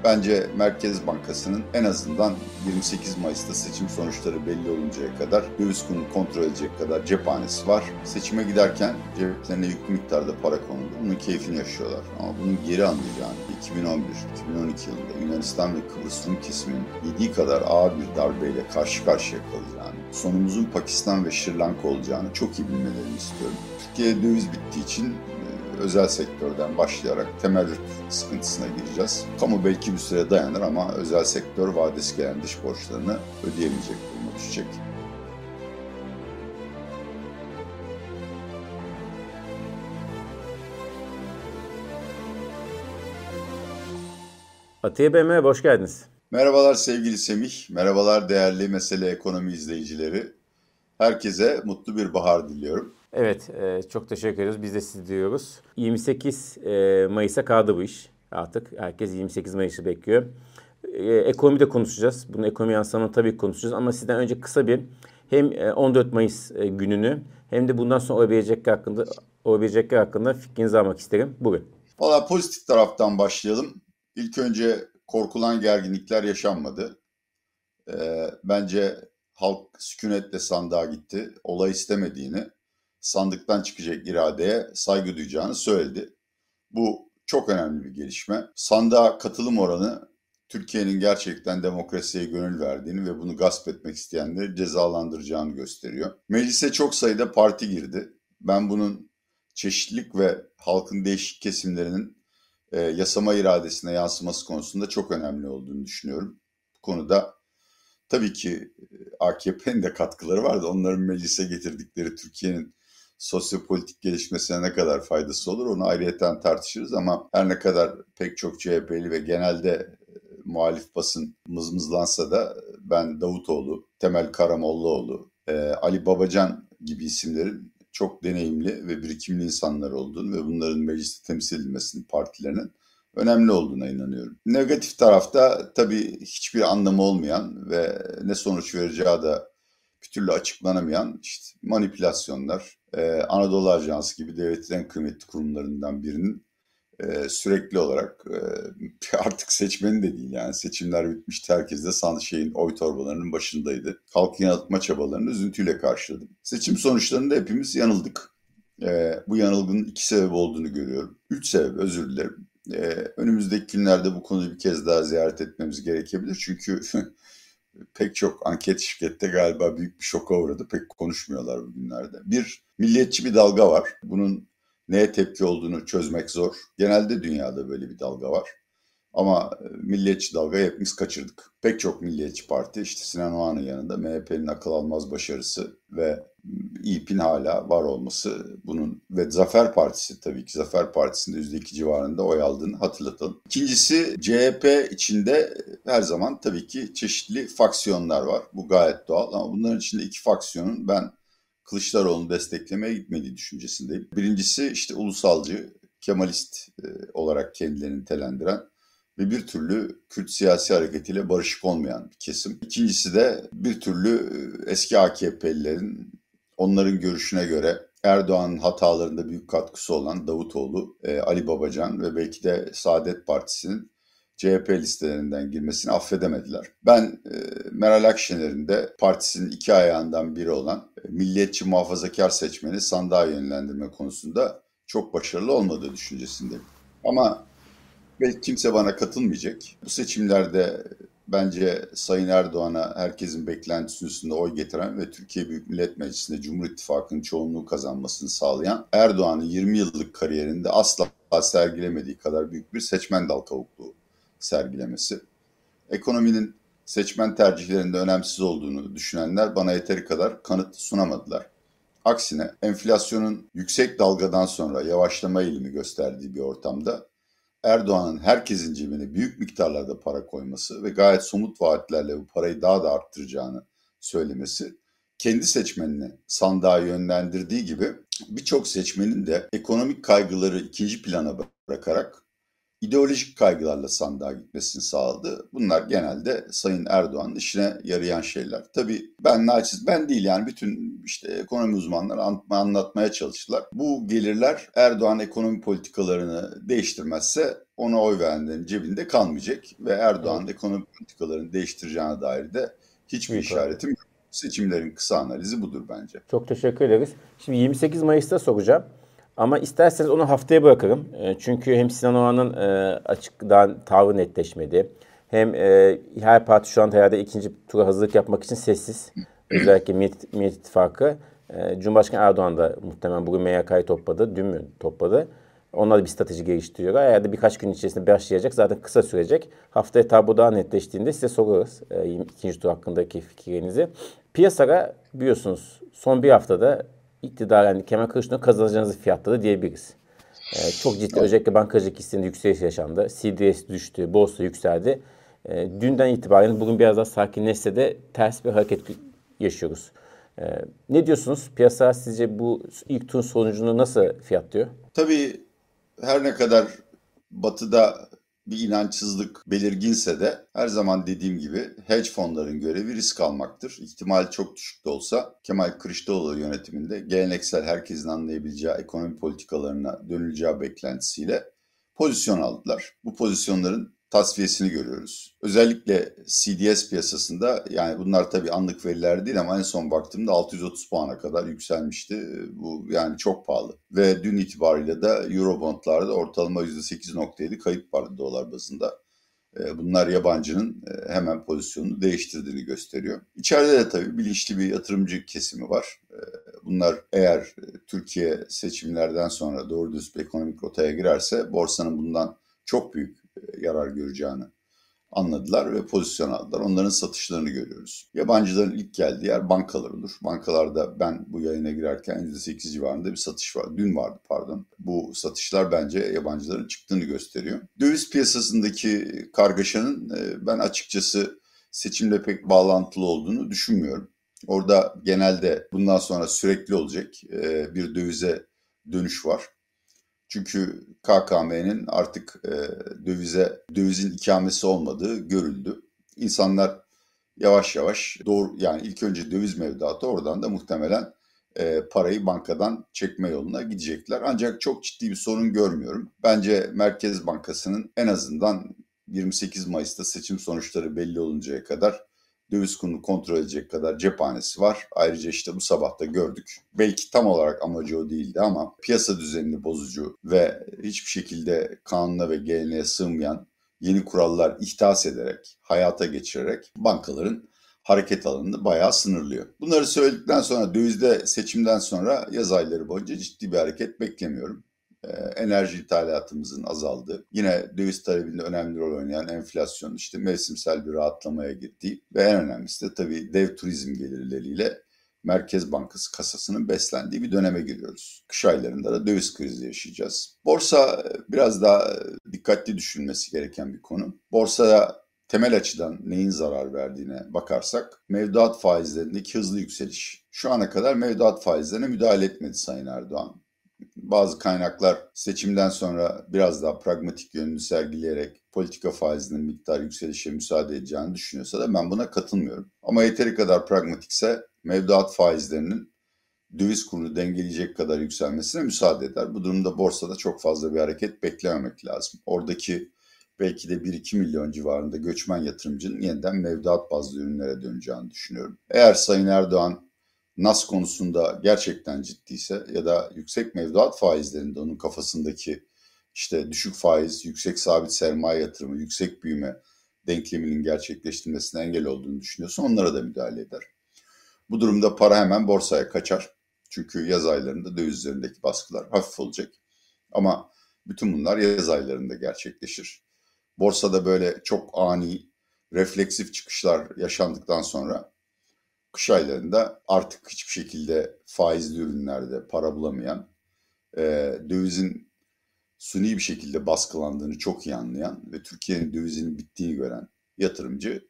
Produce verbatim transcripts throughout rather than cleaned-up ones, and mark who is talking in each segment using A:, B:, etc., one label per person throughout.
A: Bence Merkez Bankası'nın en azından yirmi sekiz Mayıs'ta seçim sonuçları belli oluncaya kadar döviz kurunu kontrol edecek kadar cephanesi var. Seçime giderken ceplerine yüklü miktarda para konuldu. Bunun keyfini yaşıyorlar. Ama bunun geri alınacağını iki bin on bir iki bin on iki yılında Yunanistan ve Kıbrıs Rum kesiminin yediği kadar ağır bir darbeyle karşı karşıya kalacağını, sonumuzun Pakistan ve Sri Lanka olacağını çok iyi bilmelerini istiyorum. Türkiye'de döviz bittiği için özel sektörden başlayarak temerrüt sıkıntısına gireceğiz. Kamu belki bir süre dayanır ama özel sektör vadesi gelen dış borçlarını ödeyemeyecek duruma düşecek.
B: Atiye Bey merhaba, hoş geldiniz.
A: Merhabalar sevgili Semih, merhabalar değerli Mesele Ekonomi izleyicileri. Herkese mutlu bir bahar diliyorum.
B: Evet, e, çok teşekkür ediyoruz. Biz de sizi diyoruz. yirmi sekiz e, Mayıs'a kaldı bu iş artık. Herkes yirmi sekiz Mayıs'ı bekliyor. E, ekonomi de konuşacağız. Bunun ekonomi yansımanı tabii ki konuşacağız. Ama sizden önce kısa bir hem e, on dört Mayıs e, gününü hem de bundan sonra olabilecekler hakkında, olabilecekler hakkında fikrinizi almak isterim. Bugün.
A: Valla pozitif taraftan başlayalım. İlk önce korkulan gerginlikler yaşanmadı. Ee, bence halk sükunetle sandığa gitti. Olay istemediğini, sandıktan çıkacak iradeye saygı duyacağını söyledi. Bu çok önemli bir gelişme. Sandığa katılım oranı Türkiye'nin gerçekten demokrasiye gönül verdiğini ve bunu gasp etmek isteyenleri cezalandıracağını gösteriyor. Meclise çok sayıda parti girdi. Ben bunun çeşitlilik ve halkın değişik kesimlerinin e, yasama iradesine yansıması konusunda çok önemli olduğunu düşünüyorum. Bu konuda tabii ki A K P'nin de katkıları vardı. Onların meclise getirdikleri Türkiye'nin sosyopolitik gelişmesine ne kadar faydası olur onu ayrıyeten tartışırız ama her ne kadar pek çok C H P'li ve genelde e, muhalif basın mızmızlansa da ben Davutoğlu, Temel Karamollaoğlu, e, Ali Babacan gibi isimlerin çok deneyimli ve birikimli insanlar olduğunu ve bunların mecliste temsil edilmesinin partilerinin önemli olduğuna inanıyorum. Negatif tarafta tabii hiçbir anlamı olmayan ve ne sonuç vereceği de bir türlü açıklanamayan işte manipülasyonlar. Ee, Anadolu Ajansı gibi devletin en kıymetli kurumlarından birinin e, sürekli olarak e, artık seçmeni de değil yani seçimler bitmişti. Herkes de sandık şeyin oy torbalarının başındaydı. Halkı yanıltma çabalarını üzüntüyle karşıladım. Seçim sonuçlarında hepimiz yanıldık. E, bu yanılgının iki sebep olduğunu görüyorum. Üç sebep, özür dilerim. Ee, önümüzdeki günlerde bu konuyu bir kez daha ziyaret etmemiz gerekebilir. Çünkü pek çok anket şirkette galiba büyük bir şoka uğradı. Pek konuşmuyorlar bugünlerde. Bir, milliyetçi bir dalga var. Bunun neye tepki olduğunu çözmek zor. Genelde dünyada böyle bir dalga var. Ama milliyetçi dalgayı hepimiz kaçırdık. Pek çok milliyetçi parti işte Sinan Oğan'ın yanında M H P'nin akıl almaz başarısı ve İYİP'in hala var olması bunun ve Zafer Partisi tabii ki Zafer Partisi'nde yüzde iki civarında oy aldığını hatırlatalım. İkincisi C H P içinde her zaman tabii ki çeşitli faksiyonlar var. Bu gayet doğal ama bunların içinde iki faksiyonun ben Kılıçdaroğlu'nu desteklemeye gitmediği düşüncesindeyim. Birincisi işte ulusalcı, Kemalist e, olarak kendilerini nitelendiren ve bir türlü Kürt siyasi hareketiyle barışık olmayan bir kesim. İkincisi de bir türlü eski A K P'lilerin onların görüşüne göre Erdoğan'ın hatalarında büyük katkısı olan Davutoğlu, Ali Babacan ve belki de Saadet Partisi'nin C H P listelerinden girmesini affedemediler. Ben Meral Akşener'in de partisinin iki ayağından biri olan milliyetçi muhafazakar seçmeni sandığa yönlendirme konusunda çok başarılı olmadığı düşüncesindeyim. Ama ve kimse bana katılmayacak. Bu seçimlerde bence Sayın Erdoğan'a herkesin beklentisinin üstünde oy getiren ve Türkiye Büyük Millet Meclisi'nde Cumhur İttifakı'nın çoğunluğu kazanmasını sağlayan Erdoğan'ın yirmi yıllık kariyerinde asla sergilemediği kadar büyük bir seçmen dal kavukluğu sergilemesi. Ekonominin seçmen tercihlerinde önemsiz olduğunu düşünenler bana yeteri kadar kanıt sunamadılar. Aksine enflasyonun yüksek dalgadan sonra yavaşlama eğilimi gösterdiği bir ortamda Erdoğan'ın herkesin cebine büyük miktarlarda para koyması ve gayet somut vaatlerle bu parayı daha da arttıracağını söylemesi kendi seçmenini sandığa yönlendirdiği gibi birçok seçmenin de ekonomik kaygıları ikinci plana bırakarak ideolojik kaygılarla sandığa gitmesini sağladı. Bunlar genelde Sayın Erdoğan'ın işine yarayan şeyler. Tabii ben naçiz, ben değil yani bütün işte ekonomi uzmanları anlatmaya çalıştılar. Bu gelirler Erdoğan ekonomi politikalarını değiştirmezse ona oy verenlerin cebinde kalmayacak ve
B: Evet.
A: Erdoğan ekonomi politikalarını değiştireceğine dair de hiçbir
B: Büyük oranda.
A: işaretim yok. Seçimlerin kısa analizi budur bence.
B: Çok teşekkür ederiz. Şimdi yirmi sekiz Mayıs'ta soracağım. Ama isterseniz onu haftaya bırakalım. E, Çünkü hem Sinan Oğan'ın e, açık daha tavrı netleşmedi. Hem e, her parti şu an herhalde ikinci tura hazırlık yapmak için sessiz. Özellikle Millet, Millet İttifakı. E, Cumhurbaşkanı Erdoğan da muhtemelen bugün M Y K'yı topladı. Dün mü topladı? Onlar da bir strateji geliştiriyorlar. Herhalde birkaç gün içerisinde başlayacak. Zaten kısa sürecek. Haftaya tablo daha netleştiğinde size sorarız. E, ikinci tur hakkındaki fikirlerinizi. Piyasada biliyorsunuz son bir haftada iktidar yani Kemal Kılıçdaroğlu kazanacağınızı fiyatladı diyebiliriz. Ee, çok ciddi özellikle bankacılık hissinde yükseliş yaşandı. C D S düştü, borsa yükseldi. Ee, dünden itibaren bugün biraz daha sakinleşse de ters bir hareket yaşıyoruz. Ee, ne diyorsunuz? Piyasa sizce bu ilk turun sonucunu nasıl fiyatlıyor?
A: Tabii her ne kadar Batı'da bir inançsızlık belirginse de her zaman dediğim gibi hedge fonların görevi risk almaktır. İhtimal çok düşük de olsa Kemal Kılıçdaroğlu yönetiminde geleneksel herkesin anlayabileceği ekonomi politikalarına dönüleceği beklentisiyle pozisyon aldılar. Bu pozisyonların tasfiyesini görüyoruz. Özellikle C D S piyasasında yani bunlar tabii anlık veriler değil ama en son baktığımda altı yüz otuz puana kadar yükselmişti. Bu yani çok pahalı. Ve dün itibariyle de Eurobond'larda ortalama yüzde sekiz nokta yedi kayıp vardı dolar bazında. Bunlar yabancının hemen pozisyonunu değiştirdiğini gösteriyor. İçeride de tabii bilinçli bir yatırımcı kesimi var. Bunlar eğer Türkiye seçimlerden sonra doğru düz bir ekonomik rotaya girerse borsanın bundan çok büyük yarar göreceğini anladılar ve pozisyon aldılar. Onların satışlarını görüyoruz. Yabancıların ilk geldiği yer bankalar olur. Bankalarda ben bu yayına girerken yüzde sekiz civarında bir satış var. Dün vardı pardon. Bu satışlar bence yabancıların çıktığını gösteriyor. Döviz piyasasındaki kargaşanın ben açıkçası seçimle pek bağlantılı olduğunu düşünmüyorum. Orada genelde bundan sonra sürekli olacak bir dövize dönüş var. Çünkü K K M'nin artık e, dövize dövizin ikamesi olmadığı görüldü. İnsanlar yavaş yavaş doğru yani ilk önce döviz mevduatı oradan da muhtemelen e, parayı bankadan çekme yoluna gidecekler. Ancak çok ciddi bir sorun görmüyorum. Bence Merkez Bankası'nın en azından yirmi sekiz Mayıs'ta seçim sonuçları belli oluncaya kadar döviz kurunu kontrol edecek kadar cephanesi var. Ayrıca işte bu sabah da gördük. Belki tam olarak amacı o değildi ama piyasa düzenini bozucu ve hiçbir şekilde kanuna ve geleneğe sığmayan yeni kurallar ihdas ederek, hayata geçirerek bankaların hareket alanını bayağı sınırlıyor. Bunları söyledikten sonra dövizde seçimden sonra yaz ayları boyunca ciddi bir hareket beklemiyorum. Enerji ithalatımızın azaldığı, yine döviz talebinde önemli rol oynayan enflasyon işte mevsimsel bir rahatlamaya girdiği ve en önemlisi de tabii dev turizm gelirleriyle Merkez Bankası kasasının beslendiği bir döneme giriyoruz. Kış aylarında da döviz krizi yaşayacağız. Borsa biraz daha dikkatli düşünülmesi gereken bir konu. Borsaya temel açıdan neyin zarar verdiğine bakarsak mevduat faizlerindeki hızlı yükseliş. Şu ana kadar mevduat faizlerine müdahale etmedi Sayın Erdoğan. Bazı kaynaklar seçimden sonra biraz daha pragmatik yönünü sergileyerek politika faizinin miktar yükselişe müsaade edeceğini düşünüyorsa da ben buna katılmıyorum. Ama yeteri kadar pragmatikse mevduat faizlerinin döviz kurunu dengeleyecek kadar yükselmesine müsaade eder. Bu durumda borsada çok fazla bir hareket beklememek lazım. Oradaki belki de bir iki milyon civarında göçmen yatırımcının yeniden mevduat bazlı ürünlere döneceğini düşünüyorum. Eğer Sayın Erdoğan N A S konusunda gerçekten ciddiyse ya da yüksek mevduat faizlerinde onun kafasındaki işte düşük faiz, yüksek sabit sermaye yatırımı, yüksek büyüme denkleminin gerçekleştirilmesine engel olduğunu düşünüyorsa onlara da müdahale eder. Bu durumda para hemen borsaya kaçar. Çünkü yaz aylarında döviz üzerindeki baskılar hafif olacak. Ama bütün bunlar yaz aylarında gerçekleşir. Borsada böyle çok ani, refleksif çıkışlar yaşandıktan sonra kış aylarında artık hiçbir şekilde faizli ürünlerde para bulamayan, e, dövizin suni bir şekilde baskılandığını çok iyi anlayan ve Türkiye'nin dövizinin bittiğini gören yatırımcı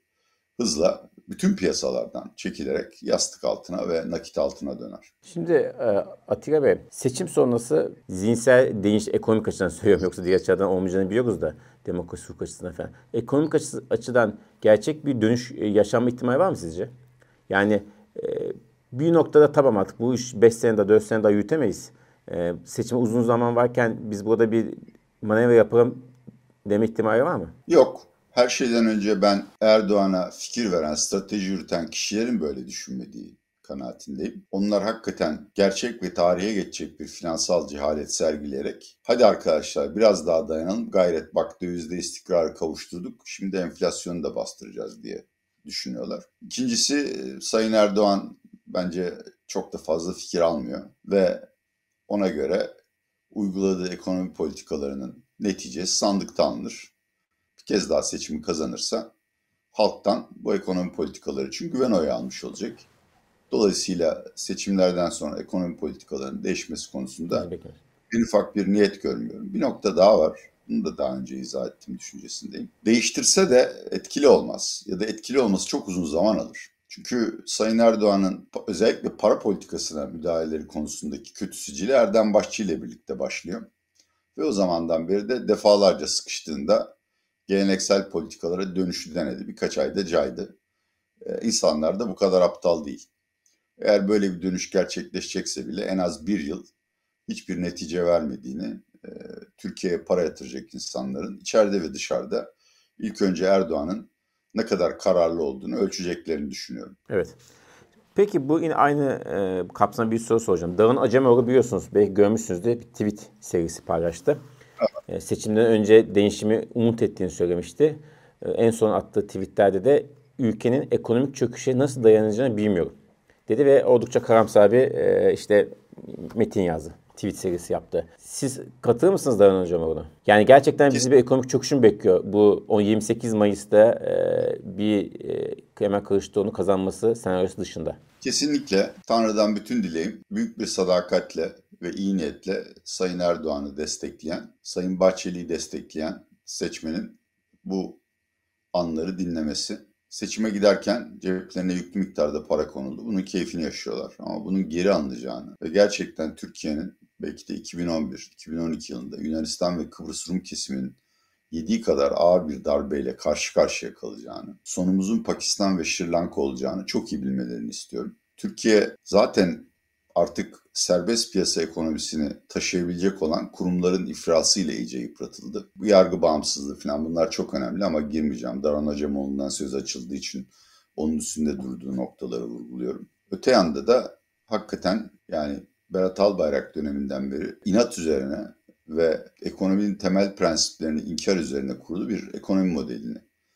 A: hızla bütün piyasalardan çekilerek yastık altına ve nakit altına döner.
B: Şimdi e, Atilla Bey, seçim sonrası zihinsel değiş, ekonomik açıdan söylüyorum, yoksa diğer açıdan olmayacağını biliyoruz da, demokrasi hukuk açısından falan. Ekonomik açı, açıdan gerçek bir dönüş e, yaşanma ihtimali var mı sizce? Yani e, bir noktada tamam, artık bu iş beş senede dört senede daha yürütemeyiz. E, seçime uzun zaman varken biz burada bir manevra yapalım deme ihtimali var mı?
A: Yok. Her şeyden önce ben Erdoğan'a fikir veren, strateji yürüten kişilerin böyle düşünmediği kanaatindeyim. Onlar hakikaten gerçek ve tarihe geçecek bir finansal cehalet sergileyerek hadi arkadaşlar biraz daha dayanalım, gayret bak dövizde istikrarı kavuşturduk, şimdi enflasyonu da bastıracağız diye düşünüyorlar. İkincisi, Sayın Erdoğan bence çok da fazla fikir almıyor ve ona göre uyguladığı ekonomi politikalarının neticesi sandıkta alınır. Bir kez daha seçimi kazanırsa halktan bu ekonomi politikaları için güven oyu almış olacak. Dolayısıyla seçimlerden sonra ekonomi politikalarının değişmesi konusunda en ufak bir niyet görmüyorum. Bir nokta daha var. Bunu da daha önce izah ettiğim düşüncesindeyim. Değiştirse de etkili olmaz ya da etkili olması çok uzun zaman alır. Çünkü Sayın Erdoğan'ın özellikle para politikasına müdahaleleri konusundaki kötü sicili Erdem Başçı ile birlikte başlıyor. Ve o zamandan beri de defalarca sıkıştığında geleneksel politikalara dönüşü denedi. Birkaç ayda caydı. Ee, insanlar da bu kadar aptal değil. Eğer böyle bir dönüş gerçekleşecekse bile en az bir yıl hiçbir netice vermediğini, e, Türkiye'ye para yatıracak insanların içeride ve dışarıda ilk önce Erdoğan'ın ne kadar kararlı olduğunu ölçeceklerini düşünüyorum.
B: Evet. Peki bu yine aynı e, kapsamda bir soru soracağım. Dağın Acemoğlu, biliyorsunuz, belki görmüşsünüzdür, bir tweet serisi paylaştı. E, seçimden önce değişimi umut ettiğini söylemişti. E, en son attığı tweetlerde de ülkenin ekonomik çöküşe nasıl dayanacağını bilmiyorum dedi ve oldukça karamsar bir e, işte metin yazdı. Tweet serisi yaptı. Siz katılır mısınız Dağın Acemoğlu'na? Yani gerçekten bizi bir ekonomik çöküş mü bekliyor? Bu yirmi sekiz Mayıs'ta e, bir e, Kemal Kılıçdaroğlu'nu kazanması senaryosu dışında.
A: Kesinlikle Tanrı'dan bütün dileğim büyük bir sadakatle ve iyi niyetle Sayın Erdoğan'ı destekleyen, Sayın Bahçeli'yi destekleyen seçmenin bu anları dinlemesi. Seçime giderken ceplerine yüklü miktarda para konuldu. Bunun keyfini yaşıyorlar. Ama bunun geri alınacağını ve gerçekten Türkiye'nin belki de iki bin on bir iki bin on iki yılında Yunanistan ve Kıbrıs Rum kesiminin yediği kadar ağır bir darbeyle karşı karşıya kalacağını, sonumuzun Pakistan ve Sri Lanka olacağını çok iyi bilmelerini istiyorum. Türkiye zaten artık serbest piyasa ekonomisini taşıyabilecek olan kurumların ifrasıyla iyice yıpratıldı. Bu yargı bağımsızlığı falan, bunlar çok önemli ama girmeyeceğim. Daran Acemoğlu'ndan söz açıldığı için onun üstünde durduğu noktaları vurguluyorum. Öte yanda da hakikaten yani Berat Albayrak döneminden beri inat üzerine ve ekonominin temel prensiplerini inkar üzerine kurulu bir ekonomi modelini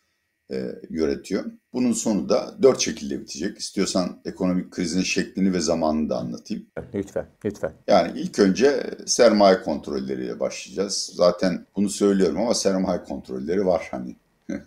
A: e, yönetiyor. Bunun sonu da dört şekilde bitecek. İstiyorsan ekonomik krizin şeklini ve zamanını da anlatayım.
B: Lütfen, lütfen.
A: Yani ilk önce sermaye kontrolleriyle başlayacağız. Zaten bunu söylüyorum ama sermaye kontrolleri var hani.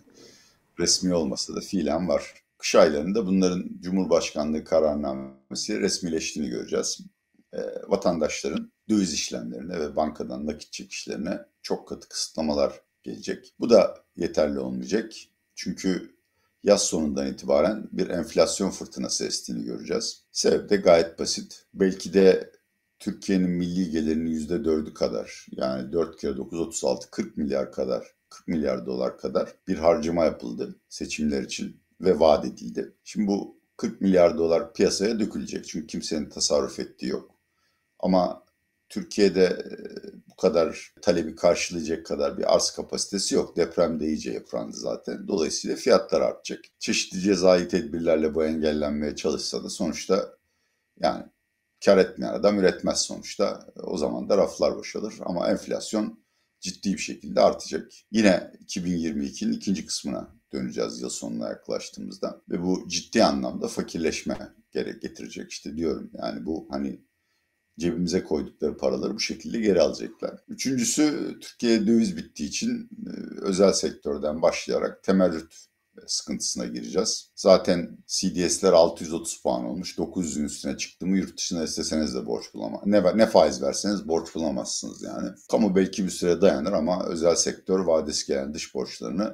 A: Resmi olmasa da fiilen var. Kış aylarında bunların Cumhurbaşkanlığı kararnamesi resmileştiğini göreceğiz. E, vatandaşların döviz işlemlerine ve bankadan nakit çekişlerine çok katı kısıtlamalar gelecek. Bu da yeterli olmayacak. Çünkü yaz sonundan itibaren bir enflasyon fırtınası estiğini göreceğiz. Sebep de gayet basit. Belki de Türkiye'nin milli gelirinin yüzde dördü kadar, yani dört kere dokuz otuz altı kırk milyar kadar, kırk milyar dolar kadar bir harcama yapıldı seçimler için ve vaat edildi. Şimdi bu kırk milyar dolar piyasaya dökülecek çünkü kimsenin tasarruf ettiği yok. Ama Türkiye'de bu kadar talebi karşılayacak kadar bir arz kapasitesi yok. Deprem de iyice yıprandı zaten. Dolayısıyla fiyatlar artacak. Çeşitli cezai tedbirlerle bu engellenmeye çalışsa da sonuçta yani kar etmeyen adam üretmez sonuçta. O zaman da raflar boşalır. Ama enflasyon ciddi bir şekilde artacak. Yine iki bin yirmi ikinin ikinci kısmına döneceğiz yıl sonuna yaklaştığımızda. Ve bu ciddi anlamda fakirleşme gerek getirecek işte diyorum. Yani bu hani cebimize koydukları paraları bu şekilde geri alacaklar. Üçüncüsü, Türkiye'ye döviz bittiği için özel sektörden başlayarak temerrüt sıkıntısına gireceğiz. Zaten C D S'ler altı yüz otuz puan olmuş. dokuz yüzün üstüne çıktı mı yurt dışına isteseniz de borç bulamaz. Ne, ne faiz verseniz borç bulamazsınız yani. Kamu belki bir süre dayanır ama özel sektör vadesi gelen dış borçlarını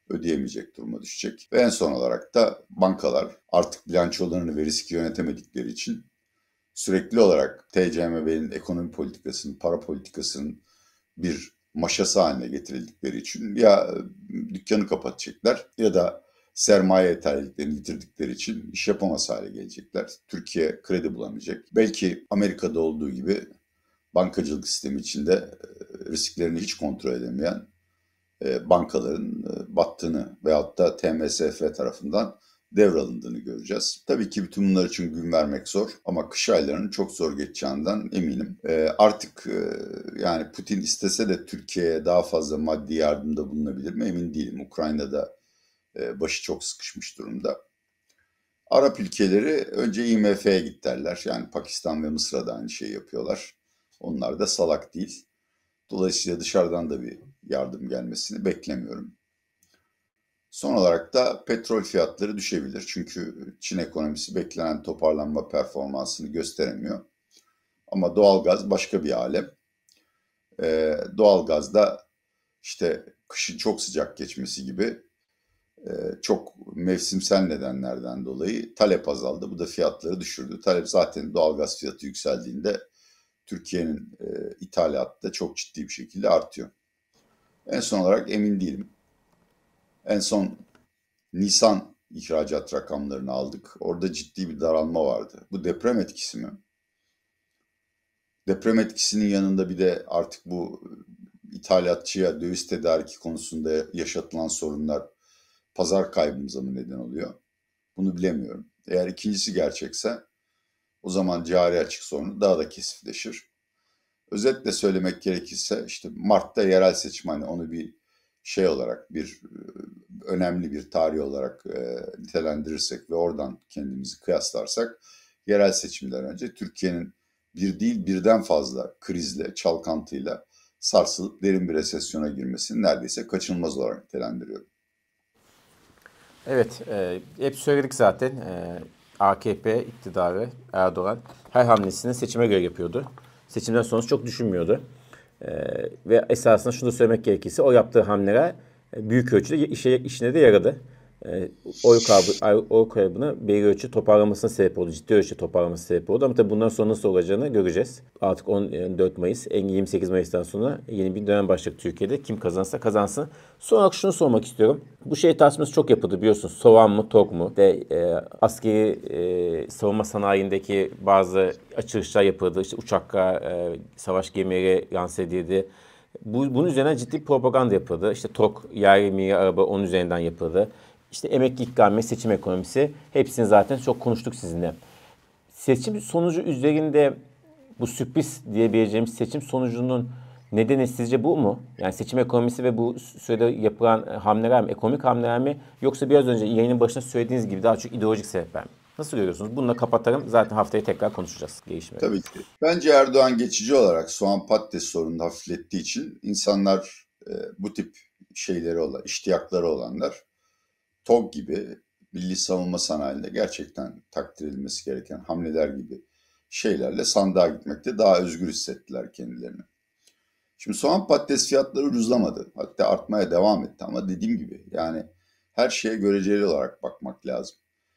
A: ödeyemeyecek duruma düşecek. Ve en son olarak da bankalar artık bilançolarını ve riski yönetemedikleri için sürekli olarak T C M B'nin ekonomi politikasının, para politikasının bir maşası haline getirildikleri için ya dükkanı kapatacaklar ya da sermaye yeterliliklerini yitirdikleri için iş yapamaz hale gelecekler. Türkiye kredi bulamayacak. Belki Amerika'da olduğu gibi bankacılık sistemi içinde risklerini hiç kontrol edemeyen bankaların battığını veyahut da T M S F tarafından devralındığını göreceğiz. Tabii ki bütün bunlar için gün vermek zor ama kış aylarının çok zor geçeceğinden eminim. Ee, artık e, yani Putin istese de Türkiye'ye daha fazla maddi yardımda bulunabilir mi emin değilim. Ukrayna'da e, başı çok sıkışmış durumda. Arap ülkeleri önce I M F'ye git derler. Yani Pakistan ve Mısır'a da aynı şeyi yapıyorlar. Onlar da salak değil. Dolayısıyla dışarıdan da bir yardım gelmesini beklemiyorum. Son olarak da petrol fiyatları düşebilir. Çünkü Çin ekonomisi beklenen toparlanma performansını gösteremiyor. Ama doğalgaz başka bir alem. Ee, doğalgazda işte kışın çok sıcak geçmesi gibi e, çok mevsimsel nedenlerden dolayı talep azaldı. Bu da fiyatları düşürdü. Talep zaten doğalgaz fiyatı yükseldiğinde Türkiye'nin e, ithalatı da çok ciddi bir şekilde artıyor. En son olarak emin değilim. En son Nisan ihracat rakamlarını aldık. Orada ciddi bir daralma vardı. Bu deprem etkisi mi? Deprem etkisinin yanında bir de artık bu ithalatçıya döviz tedariki konusunda yaşatılan sorunlar pazar kaybımıza mı neden oluyor? Bunu bilemiyorum. Eğer ikincisi gerçekse o zaman cari açık sorunu daha da kesifleşir. Özetle söylemek gerekirse işte Mart'ta yerel seçim, hani onu bir şey olarak, bir önemli bir tarih olarak e, nitelendirirsek ve oradan kendimizi kıyaslarsak yerel seçimden önce Türkiye'nin bir değil birden fazla krizle, çalkantıyla sarsılıp derin bir resesyona girmesini neredeyse kaçınılmaz olarak nitelendiriyorum.
B: Evet, e, hep söyledik zaten. E, A K P iktidarı, Erdoğan her hamlesini seçime göre yapıyordu. Seçimden sonra çok düşünmüyordu. E, ve esasında şunu da söylemek gerekirse o yaptığı hamleler büyük ölçüde işe, işine de yaradı. E, oy kaybı, oy kaybını belli ölçü toparlamasına sebep oldu. Ciddi ölçüde toparlamasına sebep oldu. Ama tabii bundan sonra nasıl olacağını göreceğiz. Artık on dört Mayıs, yirmi sekiz Mayıs'tan sonra yeni bir dönem başlayacak Türkiye'de. Kim kazansa kazansın. Son olarak şunu sormak istiyorum. Bu şey tartışması çok yapıldı biliyorsunuz. Soğan mı, tok mu? De, e, askeri e, savunma sanayindeki bazı açılışlar yapıldı. İşte uçaklar, e, savaş gemileri lanse edildi. Bu, bunun üzerine ciddi propaganda yapıldı. İşte tok, yerli milli araba onun üzerinden yapıldı. İşte emekli ikramiye, seçim ekonomisi. Hepsini zaten çok konuştuk sizinle. Seçim sonucu üzerinde bu sürpriz diyebileceğimiz seçim sonucunun nedeni sizce bu mu? Yani seçim ekonomisi ve bu sürede yapılan hamleler mi, ekonomik hamleler mi? Yoksa biraz önce yayının başında söylediğiniz gibi daha çok ideolojik sebepler mi? Nasıl görüyorsunuz? Bununla kapatalım. Zaten haftaya tekrar konuşacağız gelişmeleri.
A: Tabii ki. Bence Erdoğan geçici olarak soğan patates sorununu hafiflettiği için insanlar e, bu tip şeyleri olan, iştiyakları olanlar TOG gibi milli savunma sanayinde gerçekten takdir edilmesi gereken hamleler gibi şeylerle sandığa gitmekte daha özgür hissettiler kendilerini. Şimdi soğan patates fiyatları ucuzlamadı. Hatta artmaya devam etti ama dediğim gibi yani her şeye göreceli olarak bakmak lazım.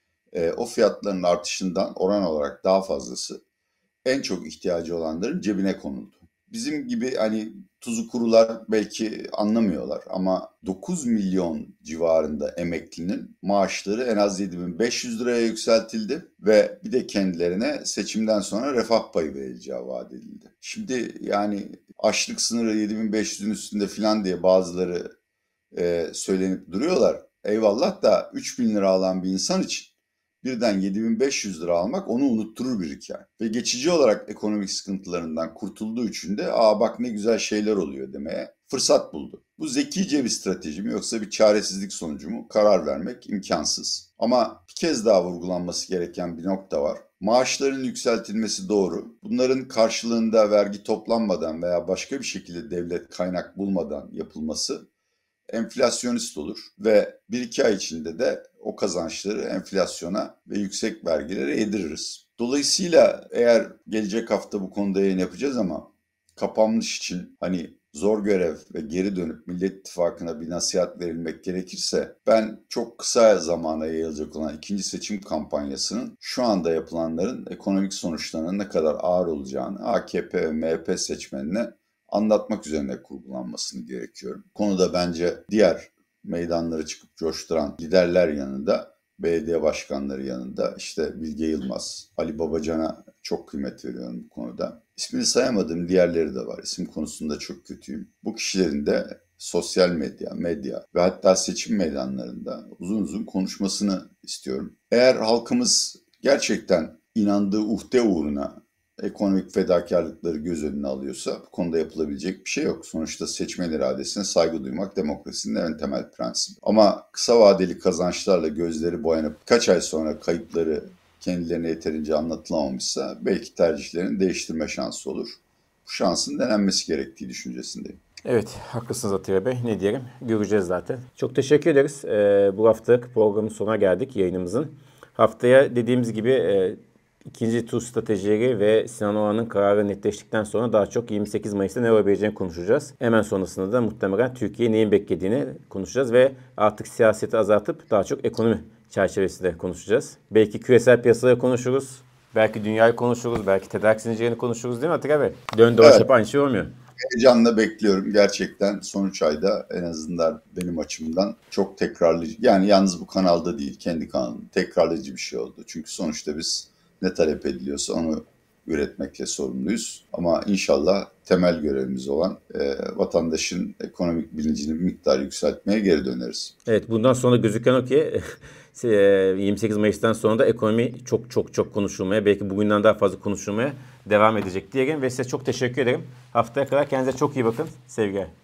A: E, o fiyatların artışından oran olarak daha fazlası en çok ihtiyacı olanların cebine konuldu. Bizim gibi hani tuzu kurular belki anlamıyorlar ama dokuz milyon civarında emeklinin maaşları en az yedi bin beş yüz liraya yükseltildi ve bir de kendilerine seçimden sonra refah payı verileceği vaat edildi. Şimdi yani açlık sınırı yedi bin beş yüzün üstünde falan diye bazıları e, söylenip duruyorlar. Eyvallah da üç bin lira alan bir insan için birden yedi bin beş yüz lira almak onu unutturur bir hikaye. Ve geçici olarak ekonomik sıkıntılarından kurtulduğu için de aa bak ne güzel şeyler oluyor demeye fırsat buldu. Bu zekice bir strateji mi yoksa bir çaresizlik sonucu mu? Karar vermek imkansız. Ama bir kez daha vurgulanması gereken bir nokta var. Maaşların yükseltilmesi doğru. Bunların karşılığında vergi toplanmadan veya başka bir şekilde devlet kaynak bulmadan yapılması enflasyonist olur ve bir iki ay içinde de o kazançları enflasyona ve yüksek vergilere yediririz. Dolayısıyla eğer gelecek hafta bu konuda yayın yapacağız ama kapanmış için hani zor görev ve geri dönüp Millet İttifakı'na bir nasihat verilmek gerekirse ben çok kısa zamana yayılacak olan ikinci seçim kampanyasının şu anda yapılanların ekonomik sonuçlarının ne kadar ağır olacağını A K P ve M H P seçmenine anlatmak üzerine kurgulanmasını gerekiyor. Bu konuda bence diğer meydanlara çıkıp coşturan liderler yanında, belediye başkanları yanında işte Bilge Yılmaz, Ali Babacan'a çok kıymet veriyorum bu konuda. İsmini sayamadığım diğerleri de var. İsim konusunda çok kötüyüm. Bu kişilerin de sosyal medya, medya ve hatta seçim meydanlarında uzun uzun konuşmasını istiyorum. Eğer halkımız gerçekten inandığı uhde uğruna ekonomik fedakarlıkları göz önüne alıyorsa bu konuda yapılabilecek bir şey yok. Sonuçta seçmen iradesine saygı duymak demokrasinin en temel prensibi. Ama kısa vadeli kazançlarla gözleri boyanıp kaç ay sonra kayıpları kendilerine yeterince anlatılamamışsa belki tercihlerini değiştirme şansı olur. Bu şansın denenmesi gerektiği düşüncesindeyim.
B: Evet, haklısınız Atilla Bey. Ne diyelim? Göreceğiz zaten. Çok teşekkür ederiz. Ee, bu haftalık programın sonuna geldik yayınımızın. Haftaya dediğimiz gibi e, ikinci tur stratejileri ve Sinan Oğan'ın kararı netleştikten sonra daha çok yirmi sekiz Mayıs'ta ne olabileceğini konuşacağız. Hemen sonrasında da muhtemelen Türkiye'yi neyin beklediğini konuşacağız ve artık siyaseti azaltıp daha çok ekonomi çerçevesinde konuşacağız. Belki küresel piyasaları konuşuruz. Belki dünyayı konuşuruz. Belki tedarik zincirlerini konuşuruz değil mi Atilla Bey? Dön dolaş
A: Evet.
B: hep aynı şey olmuyor.
A: Heyecanla bekliyorum. Gerçekten son üç ayda en azından benim açımdan çok tekrarlayıcı. Yani yalnız bu kanalda değil, kendi kanalım tekrarlayıcı bir şey oldu. Çünkü sonuçta biz ne talep ediliyorsa onu üretmekle sorumluyuz. Ama inşallah temel görevimiz olan e, vatandaşın ekonomik bilincini bir miktar yükseltmeye geri döneriz.
B: Evet, bundan sonra gözüken o ki yirmi sekiz Mayıs'tan sonra da ekonomi çok çok çok konuşulmaya, belki bugünden daha fazla konuşulmaya devam edecek diyelim ve size çok teşekkür ederim. Haftaya kadar kendinize çok iyi bakın. Sevgiler.